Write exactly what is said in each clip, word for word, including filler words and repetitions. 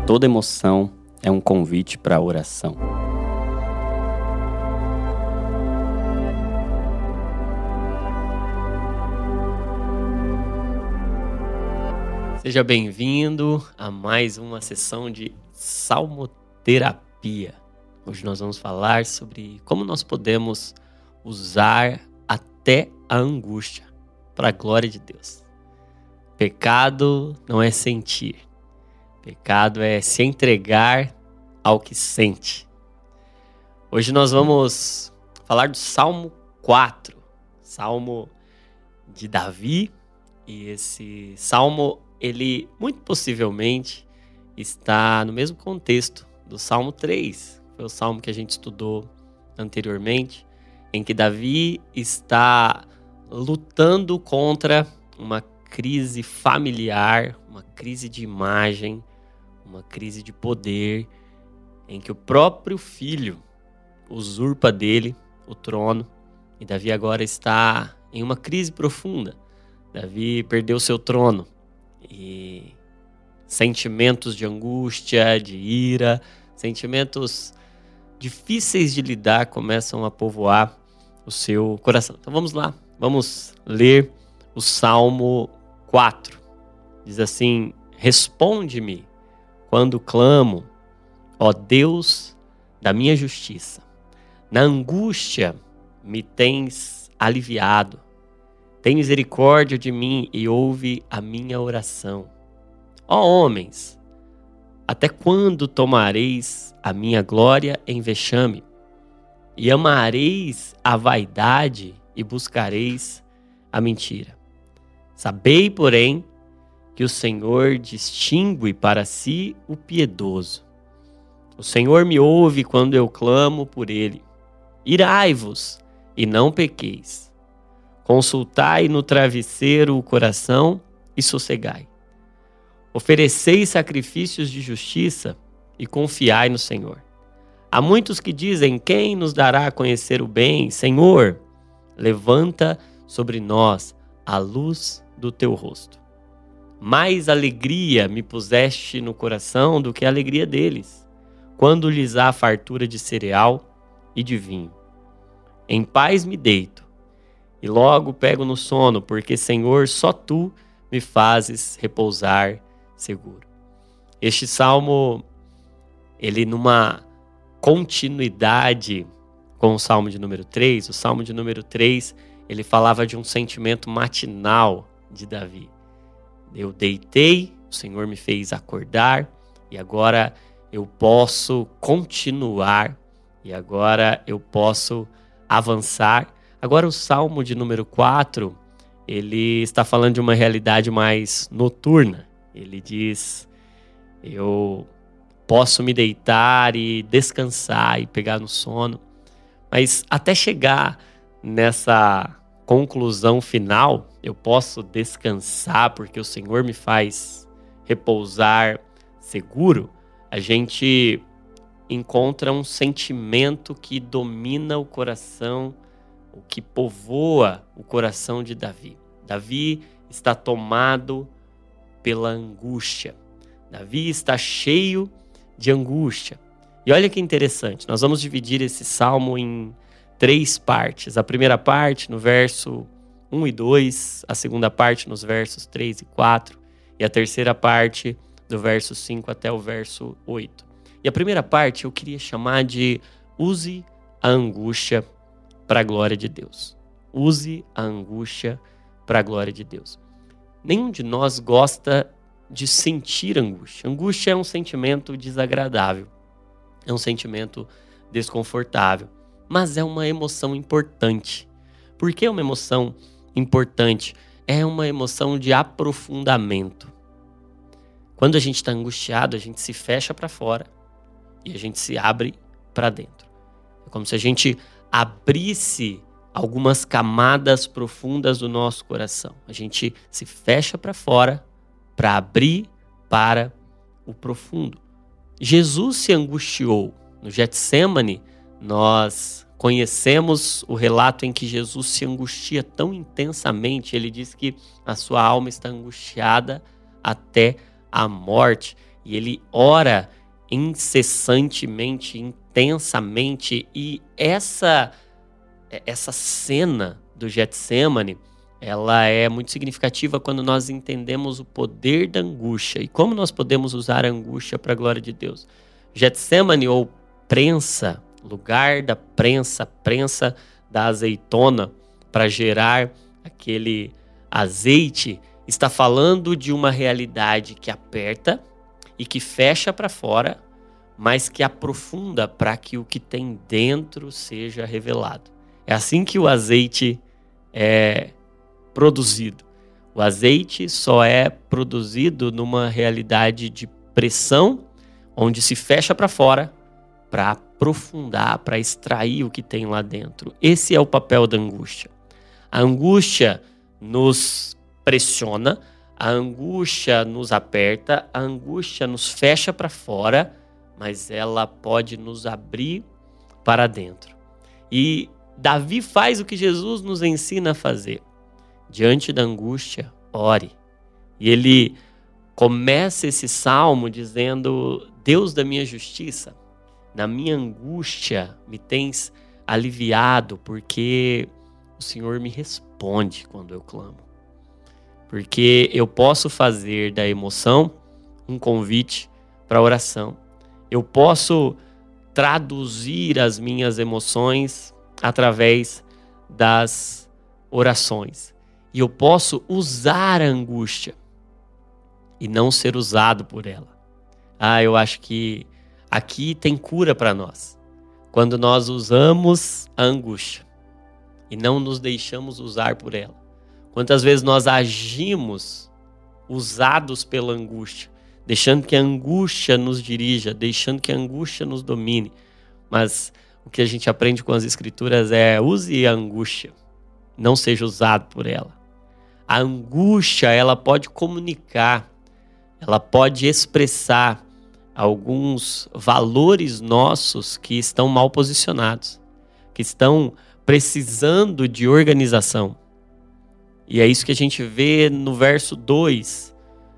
Toda emoção é um convite para a oração. Seja bem-vindo a mais uma sessão de Salmoterapia. Hoje nós vamos falar sobre como nós podemos usar até a angústia para a glória de Deus. Pecado não é sentir. Pecado é se entregar ao que sente. Hoje nós vamos falar do Salmo quatro, Salmo de Davi. E esse salmo, ele muito possivelmente está no mesmo contexto do Salmo três. Foi o salmo que a gente estudou anteriormente, em que Davi está lutando contra uma crise familiar, uma crise de imagem, uma crise de poder, em que o próprio filho usurpa dele o trono, e Davi agora está em uma crise profunda. Davi perdeu seu trono e sentimentos de angústia, de ira, sentimentos difíceis de lidar começam a povoar o seu coração. Então vamos lá, vamos ler o Salmo quatro. Diz assim: responde-me quando clamo, ó Deus da minha justiça. Na angústia me tens aliviado. Tem misericórdia de mim e ouve a minha oração. Ó homens, até quando tomareis a minha glória em vexame? E amareis a vaidade e buscareis a mentira. Sabei, porém, que o Senhor distingue para si o piedoso. O Senhor me ouve quando eu clamo por ele. Irai-vos e não pequeis. Consultai no travesseiro o coração e sossegai. Oferecei sacrifícios de justiça e confiai no Senhor. Há muitos que dizem: quem nos dará a conhecer o bem? Senhor, levanta sobre nós a luz do teu rosto. Mais alegria me puseste no coração do que a alegria deles, quando lhes há fartura de cereal e de vinho. Em paz me deito, e logo pego no sono, porque, Senhor, só Tu me fazes repousar seguro. Este salmo, ele numa continuidade com o salmo de número três, o salmo de número três, ele falava de um sentimento matinal de Davi. Eu deitei, o Senhor me fez acordar, e agora eu posso continuar, e agora eu posso avançar. Agora o Salmo de número quatro, ele está falando de uma realidade mais noturna. Ele diz: eu posso me deitar e descansar e pegar no sono. Mas até chegar nessa conclusão final, eu posso descansar porque o Senhor me faz repousar seguro, a gente encontra um sentimento que domina o coração, o que povoa o coração de Davi. Davi está tomado pela angústia. Davi está cheio de angústia. E olha que interessante, nós vamos dividir esse salmo em três partes. A primeira parte no verso um e dois, a segunda parte nos versos três e quatro e a terceira parte do verso cinco até o verso oito. E a primeira parte eu queria chamar de use a angústia para a glória de Deus. Use a angústia para a glória de Deus. Nenhum de nós gosta de sentir angústia. Angústia é um sentimento desagradável, é um sentimento desconfortável, mas é uma emoção importante. Por que é uma emoção importante? É uma emoção de aprofundamento. Quando a gente está angustiado, a gente se fecha para fora e a gente se abre para dentro. É como se a gente abrisse algumas camadas profundas do nosso coração. A gente se fecha para fora para abrir para o profundo. Jesus se angustiou. No Getsêmani, nós conhecemos o relato em que Jesus se angustia tão intensamente. Ele diz que a sua alma está angustiada até a morte. E ele ora incessantemente, intensamente. E essa, essa cena do Getsêmani, ela é muito significativa quando nós entendemos o poder da angústia e como nós podemos usar a angústia para a glória de Deus. Getsêmani, ou prensa, lugar da prensa, prensa da azeitona para gerar aquele azeite, está falando de uma realidade que aperta e que fecha para fora, mas que aprofunda para que o que tem dentro seja revelado. É assim que o azeite é produzido. O azeite só é produzido numa realidade de pressão, onde se fecha para fora para aprofundar, para extrair o que tem lá dentro. Esse é o papel da angústia. A angústia nos pressiona, a angústia nos aperta, a angústia nos fecha para fora, mas ela pode nos abrir para dentro. E Davi faz o que Jesus nos ensina a fazer. Diante da angústia, ore. E ele começa esse salmo dizendo: Deus da minha justiça, na minha angústia me tens aliviado, porque o Senhor me responde quando eu clamo. Porque eu posso fazer da emoção um convite para a oração. Eu posso traduzir as minhas emoções através das orações. E eu posso usar a angústia e não ser usado por ela. Ah, eu acho que aqui tem cura para nós. Quando nós usamos a angústia e não nos deixamos usar por ela. Quantas vezes nós agimos usados pela angústia, deixando que a angústia nos dirija, deixando que a angústia nos domine. Mas o que a gente aprende com as escrituras é: use a angústia, não seja usado por ela. A angústia, ela pode comunicar, ela pode expressar alguns valores nossos que estão mal posicionados, que estão precisando de organização. E é isso que a gente vê no verso dois.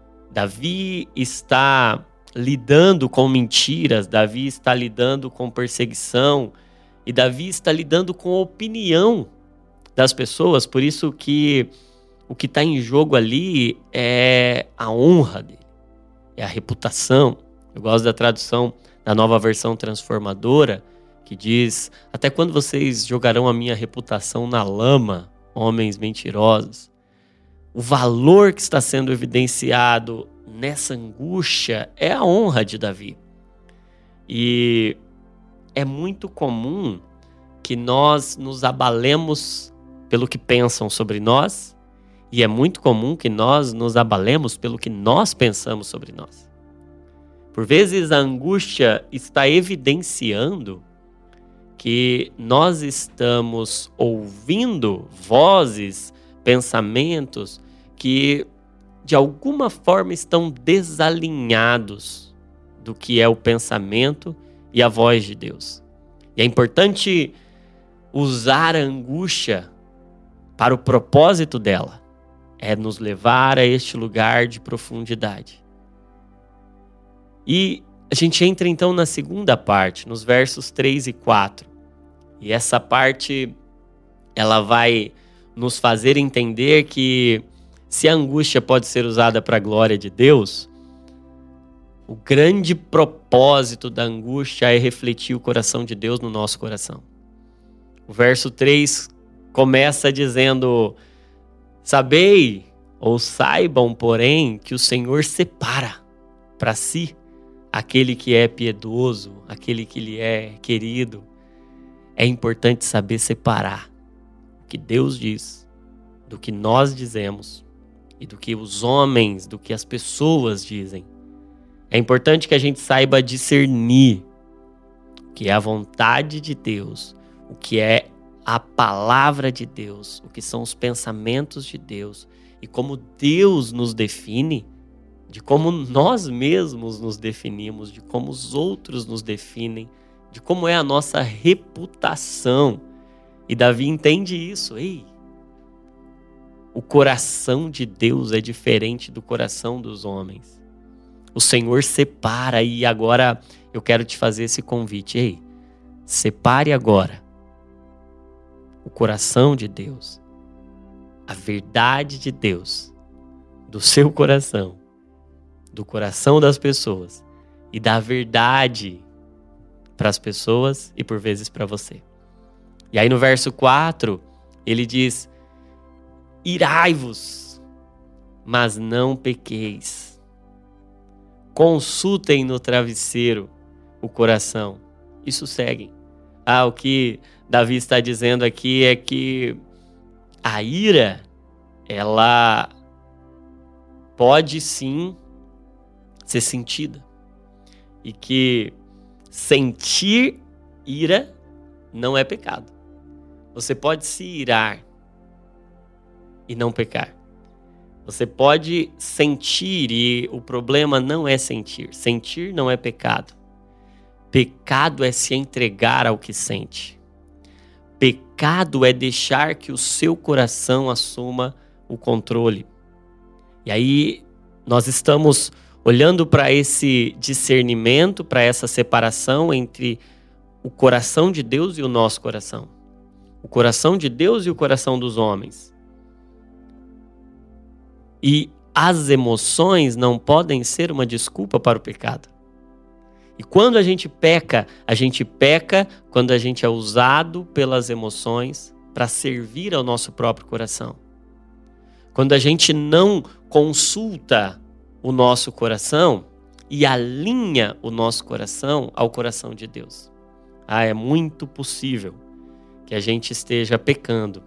Davi está lidando com mentiras, Davi está lidando com perseguição, e Davi está lidando com a opinião das pessoas. Por isso que o que está em jogo ali é a honra dele, é a reputação. Eu gosto da tradução da Nova Versão Transformadora, que diz: até quando vocês jogarão a minha reputação na lama, homens mentirosos? O valor que está sendo evidenciado nessa angústia é a honra de Davi. E é muito comum que nós nos abalemos pelo que pensam sobre nós, e é muito comum que nós nos abalemos pelo que nós pensamos sobre nós. Por vezes a angústia está evidenciando que nós estamos ouvindo vozes, pensamentos que de alguma forma estão desalinhados do que é o pensamento e a voz de Deus. E é importante usar a angústia para o propósito dela, é nos levar a este lugar de profundidade. E a gente entra então na segunda parte, nos versos três e quatro. E essa parte, ela vai nos fazer entender que se a angústia pode ser usada para a glória de Deus, o grande propósito da angústia é refletir o coração de Deus no nosso coração. O verso três começa dizendo: sabei, ou saibam, porém, que o Senhor separa para si aquele que é piedoso, aquele que lhe é querido. É importante saber separar o que Deus diz do que nós dizemos e do que os homens, do que as pessoas dizem. É importante que a gente saiba discernir o que é a vontade de Deus, o que é a palavra de Deus, o que são os pensamentos de Deus e como Deus nos define, de como nós mesmos nos definimos, de como os outros nos definem, de como é a nossa reputação. E Davi entende isso. Ei, o coração de Deus é diferente do coração dos homens. O Senhor separa, e agora eu quero te fazer esse convite. Ei, separe agora o coração de Deus, a verdade de Deus, do seu coração, do coração das pessoas e da verdade para as pessoas e por vezes para você. E aí no verso quatro, ele diz: irai-vos, mas não pequeis. Consultem no travesseiro o coração e sosseguem. Ah, o que Davi está dizendo aqui é que a ira, ela pode sim ser sentida. E que sentir ira não é pecado. Você pode se irar e não pecar. Você pode sentir, e o problema não é sentir. Sentir não é pecado. Pecado é se entregar ao que sente. Pecado é deixar que o seu coração assuma o controle. E aí nós estamos olhando para esse discernimento, para essa separação entre o coração de Deus e o nosso coração. O coração de Deus e o coração dos homens. E as emoções não podem ser uma desculpa para o pecado. E quando a gente peca, a gente peca quando a gente é usado pelas emoções para servir ao nosso próprio coração. Quando a gente não consulta o nosso coração e alinha o nosso coração ao coração de Deus. Ah, é muito possível que a gente esteja pecando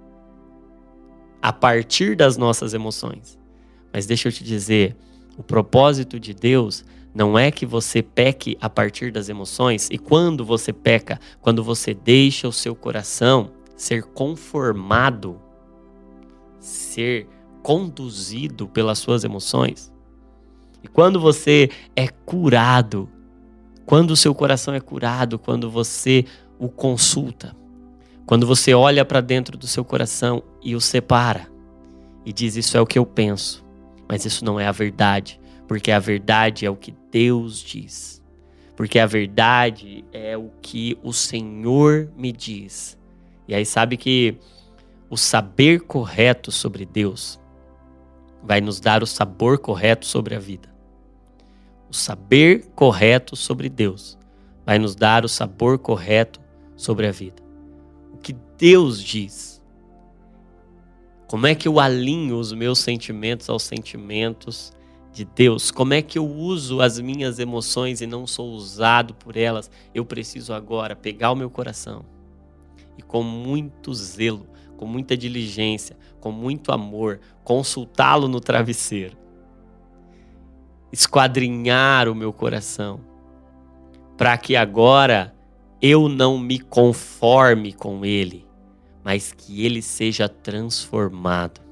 a partir das nossas emoções. Mas deixa eu te dizer, o propósito de Deus não é que você peque a partir das emoções. E quando você peca, quando você deixa o seu coração ser conformado, ser conduzido pelas suas emoções. E quando você é curado, quando o seu coração é curado, quando você o consulta, quando você olha para dentro do seu coração e o separa e diz: isso é o que eu penso, mas isso não é a verdade, porque a verdade é o que Deus diz, porque a verdade é o que o Senhor me diz. E aí sabe que o saber correto sobre Deus vai nos dar o sabor correto sobre a vida. O saber correto sobre Deus vai nos dar o sabor correto sobre a vida. O que Deus diz. Como é que eu alinho os meus sentimentos aos sentimentos de Deus? Como é que eu uso as minhas emoções e não sou usado por elas? Eu preciso agora pegar o meu coração e com muito zelo, com muita diligência, com muito amor, consultá-lo no travesseiro. Esquadrinhar o meu coração, para que agora eu não me conforme com ele, mas que ele seja transformado.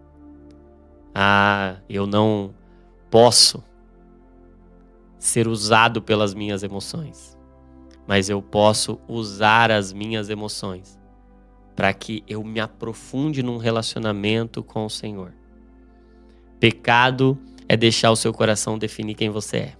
Ah, eu não posso ser usado pelas minhas emoções, mas eu posso usar as minhas emoções para que eu me aprofunde num relacionamento com o Senhor. Pecado é deixar o seu coração definir quem você é.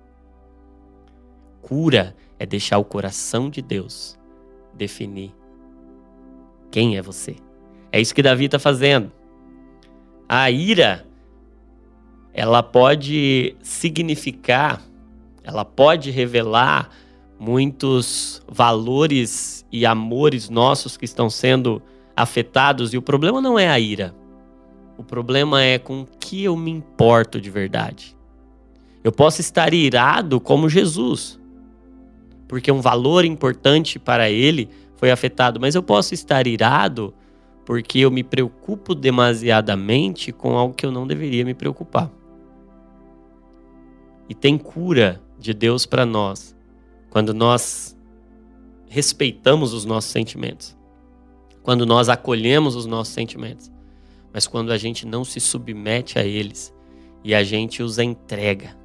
Cura é deixar o coração de Deus definir quem é você. É isso que Davi está fazendo. A ira, ela pode significar, ela pode revelar muitos valores e amores nossos que estão sendo afetados. E o problema não é a ira. O problema é com o que eu me importo de verdade. Eu posso estar irado como Jesus, porque um valor importante para ele foi afetado. Mas eu posso estar irado porque eu me preocupo demasiadamente com algo que eu não deveria me preocupar. E tem cura de Deus para nós quando nós respeitamos os nossos sentimentos, quando nós acolhemos os nossos sentimentos, mas quando a gente não se submete a eles e a gente os entrega.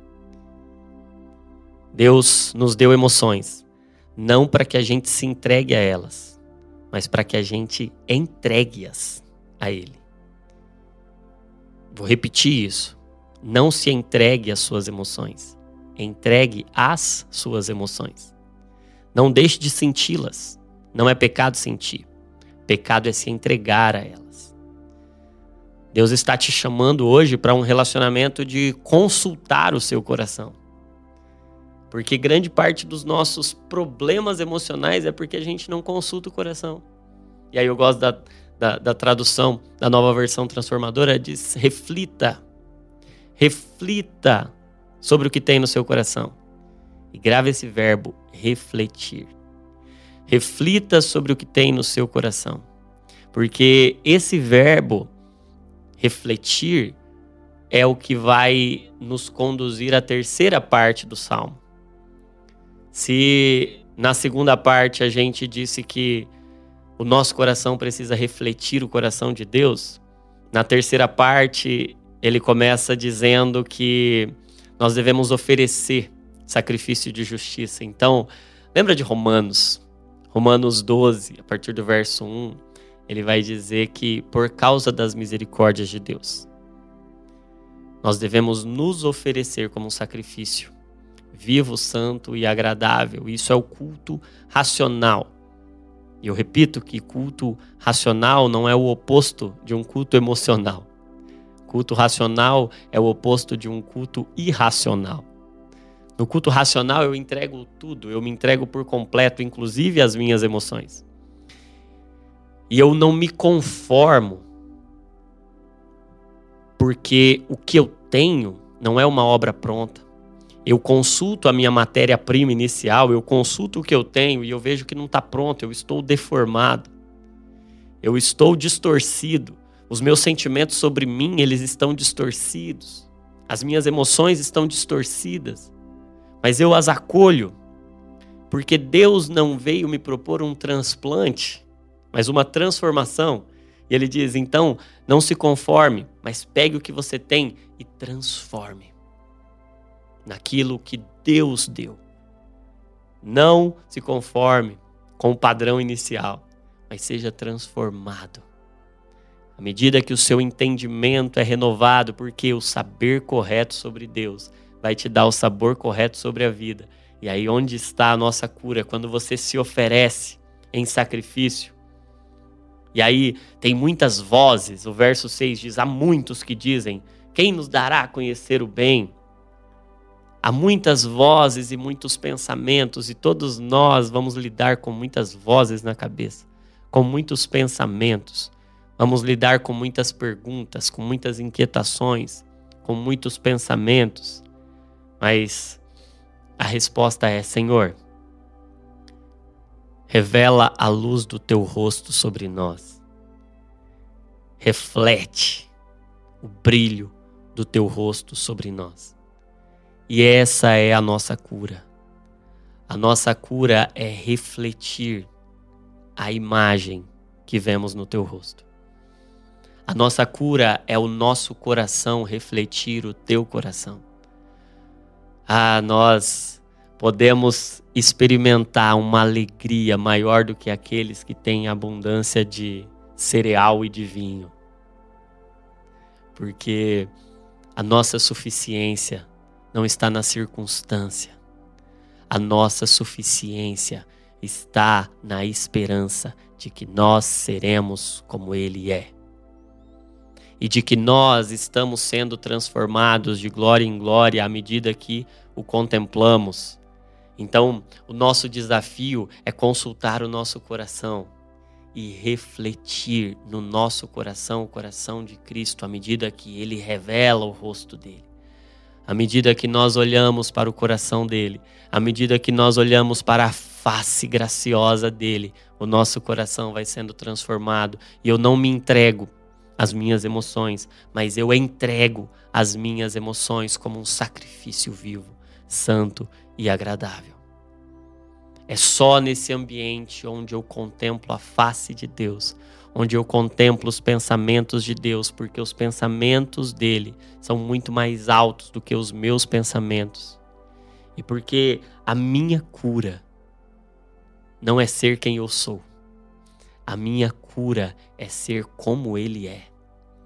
Deus nos deu emoções, não para que a gente se entregue a elas, mas para que a gente entregue-as a Ele. Vou repetir isso. Não se entregue às suas emoções. Entregue as suas emoções. Não deixe de senti-las. Não é pecado sentir. Pecado é se entregar a elas. Deus está te chamando hoje para um relacionamento de consultar o seu coração. Porque grande parte dos nossos problemas emocionais é porque a gente não consulta o coração. E aí eu gosto da, da, da tradução da Nova Versão Transformadora, diz: reflita. Reflita sobre o que tem no seu coração. E grave esse verbo, refletir. Reflita sobre o que tem no seu coração. Porque esse verbo, refletir, é o que vai nos conduzir à terceira parte do Salmo. Se na segunda parte a gente disse que o nosso coração precisa refletir o coração de Deus, na terceira parte ele começa dizendo que nós devemos oferecer sacrifício de justiça. Então, lembra de Romanos? Romanos doze, a partir do verso um, ele vai dizer que por causa das misericórdias de Deus, nós devemos nos oferecer como um sacrifício vivo, santo e agradável. Isso é o culto racional. E eu repito que culto racional não é o oposto de um culto emocional. Culto racional é o oposto de um culto irracional. No culto racional eu entrego tudo, eu me entrego por completo, inclusive as minhas emoções. E eu não me conformo, porque o que eu tenho não é uma obra pronta. Eu consulto a minha matéria-prima inicial, eu consulto o que eu tenho e eu vejo que não está pronto, eu estou deformado. Eu estou distorcido. Os meus sentimentos sobre mim, eles estão distorcidos. As minhas emoções estão distorcidas. Mas eu as acolho, porque Deus não veio me propor um transplante, mas uma transformação. E ele diz, então, não se conforme, mas pegue o que você tem e transforme naquilo que Deus deu. Não se conforme com o padrão inicial, mas seja transformado. À medida que o seu entendimento é renovado, porque o saber correto sobre Deus vai te dar o sabor correto sobre a vida. E aí onde está a nossa cura? Quando você se oferece em sacrifício. E aí tem muitas vozes, o verso seis diz, há muitos que dizem, quem nos dará a conhecer o bem? Há muitas vozes e muitos pensamentos e todos nós vamos lidar com muitas vozes na cabeça, com muitos pensamentos. Vamos lidar com muitas perguntas, com muitas inquietações, com muitos pensamentos. Mas a resposta é, Senhor, revela a luz do teu rosto sobre nós. Reflete o brilho do teu rosto sobre nós. E essa é a nossa cura. A nossa cura é refletir a imagem que vemos no teu rosto. A nossa cura é o nosso coração refletir o teu coração. Ah, nós podemos experimentar uma alegria maior do que aqueles que têm abundância de cereal e de vinho. Porque a nossa suficiência não está na circunstância. A nossa suficiência está na esperança de que nós seremos como Ele é. E de que nós estamos sendo transformados de glória em glória à medida que o contemplamos. Então, o nosso desafio é consultar o nosso coração e refletir no nosso coração o coração de Cristo à medida que Ele revela o rosto dele. À medida que nós olhamos para o coração dele, à medida que nós olhamos para a face graciosa dele, o nosso coração vai sendo transformado. E eu não me entrego às minhas emoções, mas eu entrego as minhas emoções como um sacrifício vivo, santo e agradável. É só nesse ambiente onde eu contemplo a face de Deus, onde eu contemplo os pensamentos de Deus, porque os pensamentos dele são muito mais altos do que os meus pensamentos. E porque a minha cura não é ser quem eu sou. A minha cura é ser como ele é.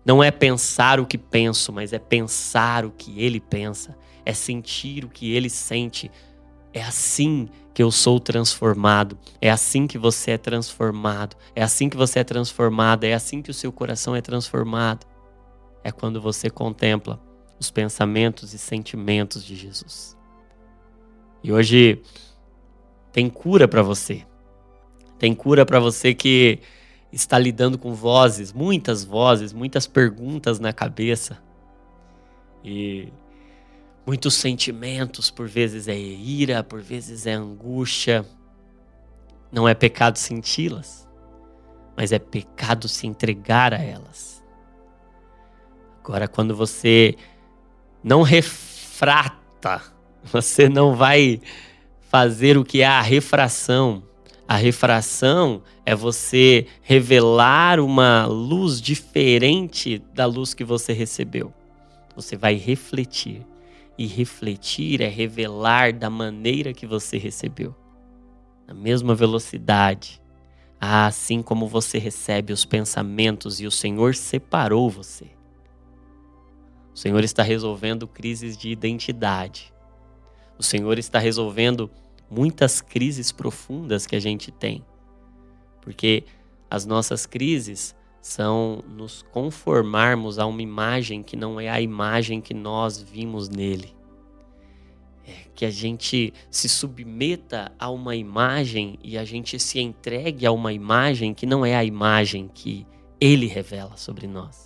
Não é pensar o que penso, mas é pensar o que ele pensa. É sentir o que ele sente. É assim que eu sou transformado. É assim que você é transformado. É assim que você é transformada. É assim que o seu coração é transformado. É quando você contempla os pensamentos e sentimentos de Jesus. E hoje tem cura para você. Tem cura para você que está lidando com vozes, muitas vozes, muitas perguntas na cabeça. E muitos sentimentos, por vezes é ira, por vezes é angústia. Não é pecado senti-las, mas é pecado se entregar a elas. Agora, quando você não refrata, você não vai fazer o que é a refração. A refração é você revelar uma luz diferente da luz que você recebeu. Você vai refletir. E refletir é revelar da maneira que você recebeu. Na mesma velocidade. Assim como você recebe os pensamentos e o Senhor separou você. O Senhor está resolvendo crises de identidade. O Senhor está resolvendo muitas crises profundas que a gente tem. Porque as nossas crises são nos conformarmos a uma imagem que não é a imagem que nós vimos nele. É que a gente se submeta a uma imagem e a gente se entregue a uma imagem que não é a imagem que ele revela sobre nós.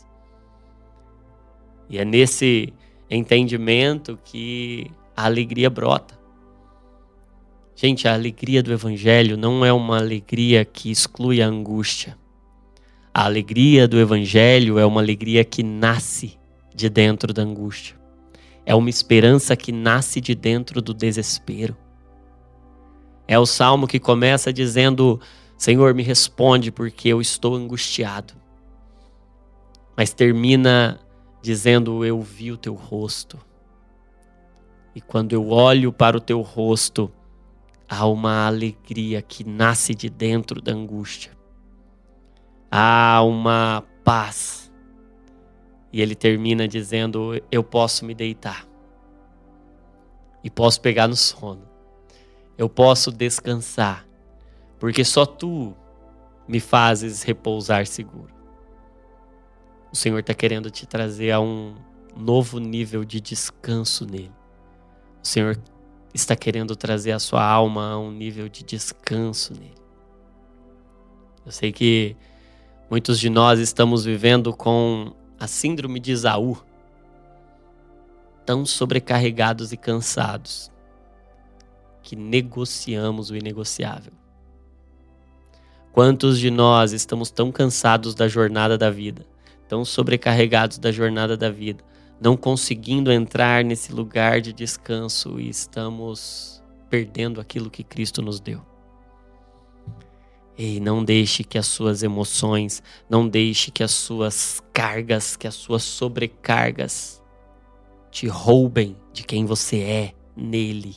E é nesse entendimento que a alegria brota. Gente, a alegria do Evangelho não é uma alegria que exclui a angústia. A alegria do Evangelho é uma alegria que nasce de dentro da angústia. É uma esperança que nasce de dentro do desespero. É o salmo que começa dizendo: Senhor, me responde porque eu estou angustiado. Mas termina dizendo: eu vi o teu rosto. E quando eu olho para o teu rosto, há uma alegria que nasce de dentro da angústia. Há uma paz. E ele termina dizendo: eu posso me deitar. E posso pegar no sono. Eu posso descansar. Porque só tu me fazes repousar seguro. O Senhor está querendo te trazer a um novo nível de descanso nele. O Senhor está querendo trazer a sua alma a um nível de descanso nele. Eu sei que muitos de nós estamos vivendo com a síndrome de Esaú, tão sobrecarregados e cansados, que negociamos o inegociável. Quantos de nós estamos tão cansados da jornada da vida, tão sobrecarregados da jornada da vida, não conseguindo entrar nesse lugar de descanso e estamos perdendo aquilo que Cristo nos deu. Ei, não deixe que as suas emoções, não deixe que as suas cargas, que as suas sobrecargas te roubem de quem você é nele.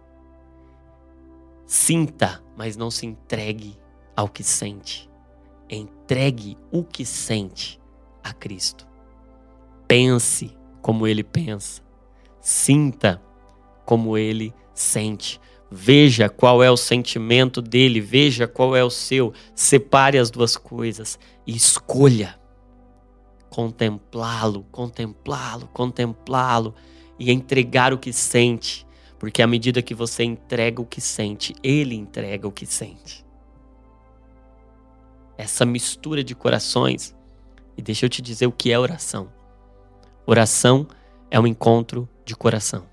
Sinta, mas não se entregue ao que sente. Entregue o que sente a Cristo. Pense como ele pensa. Sinta como ele sente. Veja qual é o sentimento dele, veja qual é o seu. Separe as duas coisas e escolha contemplá-lo, contemplá-lo, contemplá-lo e entregar o que sente. Porque à medida que você entrega o que sente, ele entrega o que sente. Essa mistura de corações. E deixa eu te dizer o que é oração. Oração é um encontro de coração.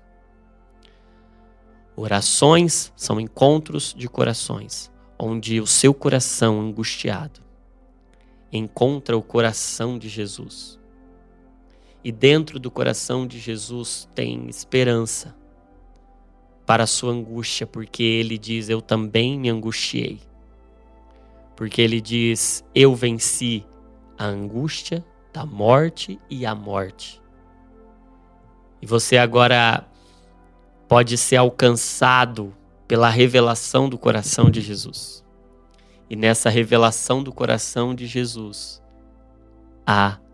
Orações são encontros de corações, onde o seu coração angustiado encontra o coração de Jesus. E dentro do coração de Jesus tem esperança para a sua angústia, porque ele diz: eu também me angustiei. Porque ele diz: eu venci a angústia da morte e a morte. E você agora pode ser alcançado pela revelação do coração de Jesus. E nessa revelação do coração de Jesus há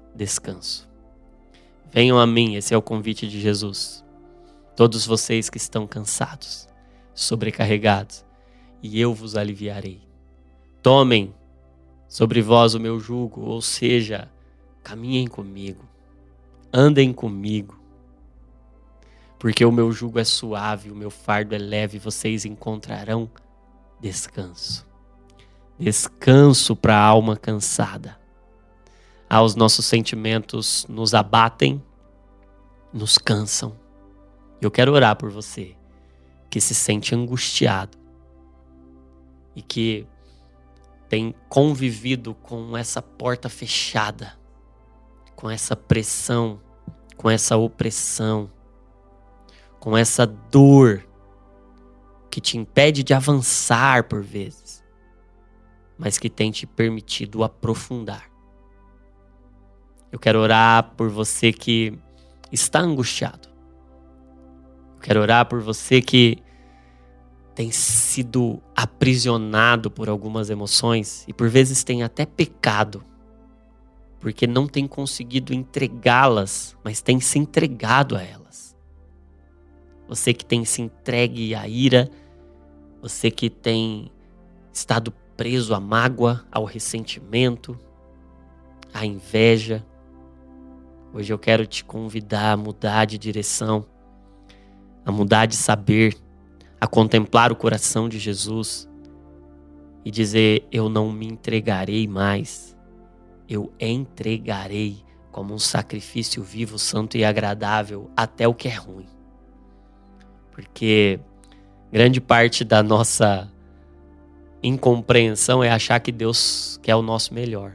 descanso. Venham a mim, esse é o convite de Jesus. Todos vocês que estão cansados, sobrecarregados, e eu vos aliviarei. Tomem sobre vós o meu jugo, ou seja, caminhem comigo, andem comigo, porque o meu jugo é suave, o meu fardo é leve, vocês encontrarão descanso. Descanso para a alma cansada. Ah, os nossos sentimentos nos abatem, nos cansam. Eu quero orar por você que se sente angustiado e que tem convivido com essa porta fechada, com essa pressão, com essa opressão, com essa dor que te impede de avançar por vezes, mas que tem te permitido aprofundar. Eu quero orar por você que está angustiado. Eu quero orar por você que tem sido aprisionado por algumas emoções e por vezes tem até pecado, porque não tem conseguido entregá-las, mas tem se entregado a elas. Você que tem se entregue à ira, você que tem estado preso à mágoa, ao ressentimento, à inveja. Hoje eu quero te convidar a mudar de direção, a mudar de saber, a contemplar o coração de Jesus e dizer: eu não me entregarei mais, eu entregarei como um sacrifício vivo, santo e agradável até o que é ruim. Porque grande parte da nossa incompreensão é achar que Deus quer o nosso melhor.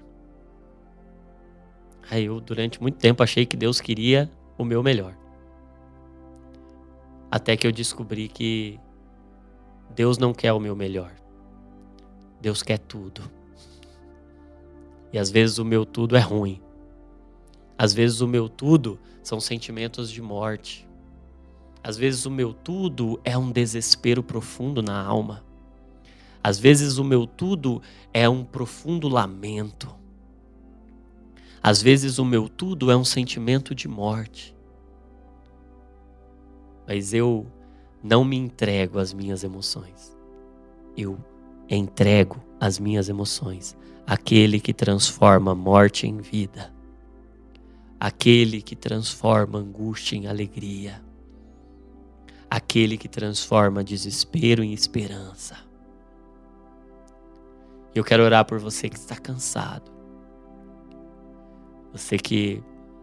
Aí eu durante muito tempo achei que Deus queria o meu melhor. Até que eu descobri que Deus não quer o meu melhor. Deus quer tudo. E às vezes o meu tudo é ruim. Às vezes o meu tudo são sentimentos de morte. Às vezes o meu tudo é um desespero profundo na alma. Às vezes o meu tudo é um profundo lamento. Às vezes o meu tudo é um sentimento de morte. Mas eu não me entrego às minhas emoções. Eu entrego as minhas emoções àquele que transforma a morte em vida. Aquele que transforma a angústia em alegria. Aquele que transforma desespero em esperança. Eu quero orar por você que está cansado. Você que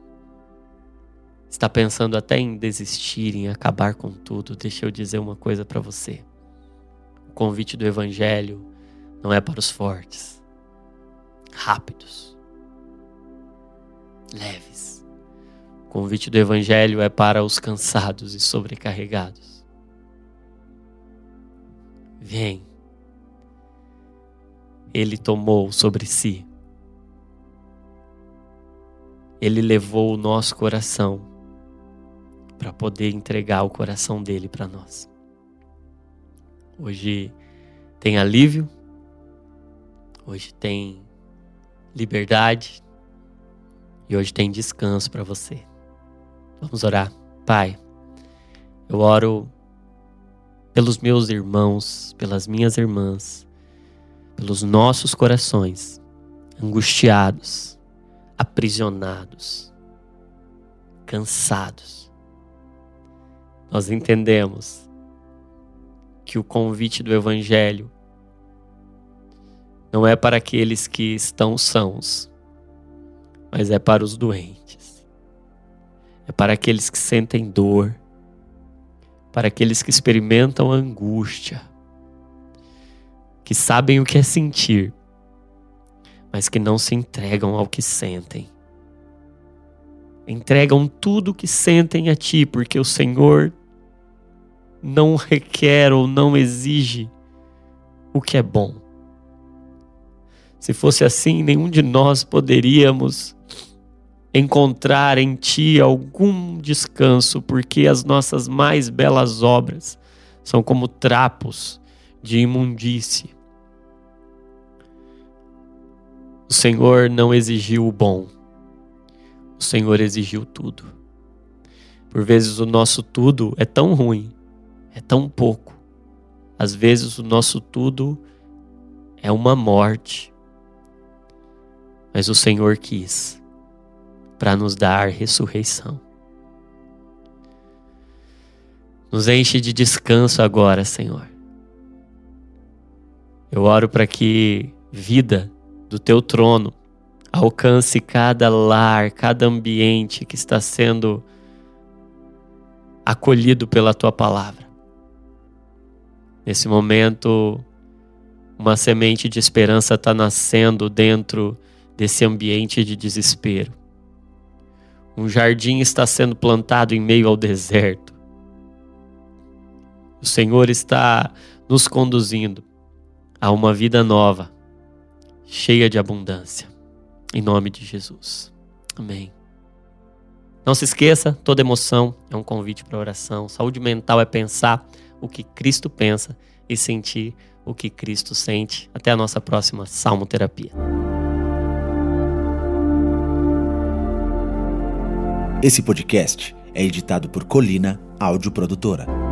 está pensando até em desistir, em acabar com tudo. Deixa eu dizer uma coisa para você. O convite do Evangelho não é para os fortes, rápidos, leves. O convite do Evangelho é para os cansados e sobrecarregados. Vem. Ele tomou sobre si. Ele levou o nosso coração para poder entregar o coração dele para nós. Hoje tem alívio, hoje tem liberdade e hoje tem descanso para você. Vamos orar. Pai, eu oro pelos meus irmãos, pelas minhas irmãs, pelos nossos corações angustiados, aprisionados, cansados. Nós entendemos que o convite do Evangelho não é para aqueles que estão sãos, mas é para os doentes. É para aqueles que sentem dor, para aqueles que experimentam angústia, que sabem o que é sentir, mas que não se entregam ao que sentem. Entregam tudo o que sentem a Ti, porque o Senhor não requer ou não exige o que é bom. Se fosse assim, nenhum de nós poderíamos encontrar em Ti algum descanso, porque as nossas mais belas obras são como trapos de imundície. O Senhor não exigiu o bom. o Senhor exigiu tudo. Por vezes o nosso tudo é tão ruim, é tão pouco. Às vezes o nosso tudo é uma morte. Mas o Senhor quis para nos dar ressurreição. Nos enche de descanso agora, Senhor. Eu oro para que vida do Teu trono alcance cada lar, cada ambiente que está sendo acolhido pela Tua palavra. Nesse momento, uma semente de esperança está nascendo dentro desse ambiente de desespero. Um jardim está sendo plantado em meio ao deserto. O Senhor está nos conduzindo a uma vida nova, cheia de abundância. Em nome de Jesus. Amém. Não se esqueça, toda emoção é um convite para oração. Saúde mental é pensar o que Cristo pensa e sentir o que Cristo sente. Até a nossa próxima Salmoterapia. Esse podcast é editado por Colina Áudio Produtora.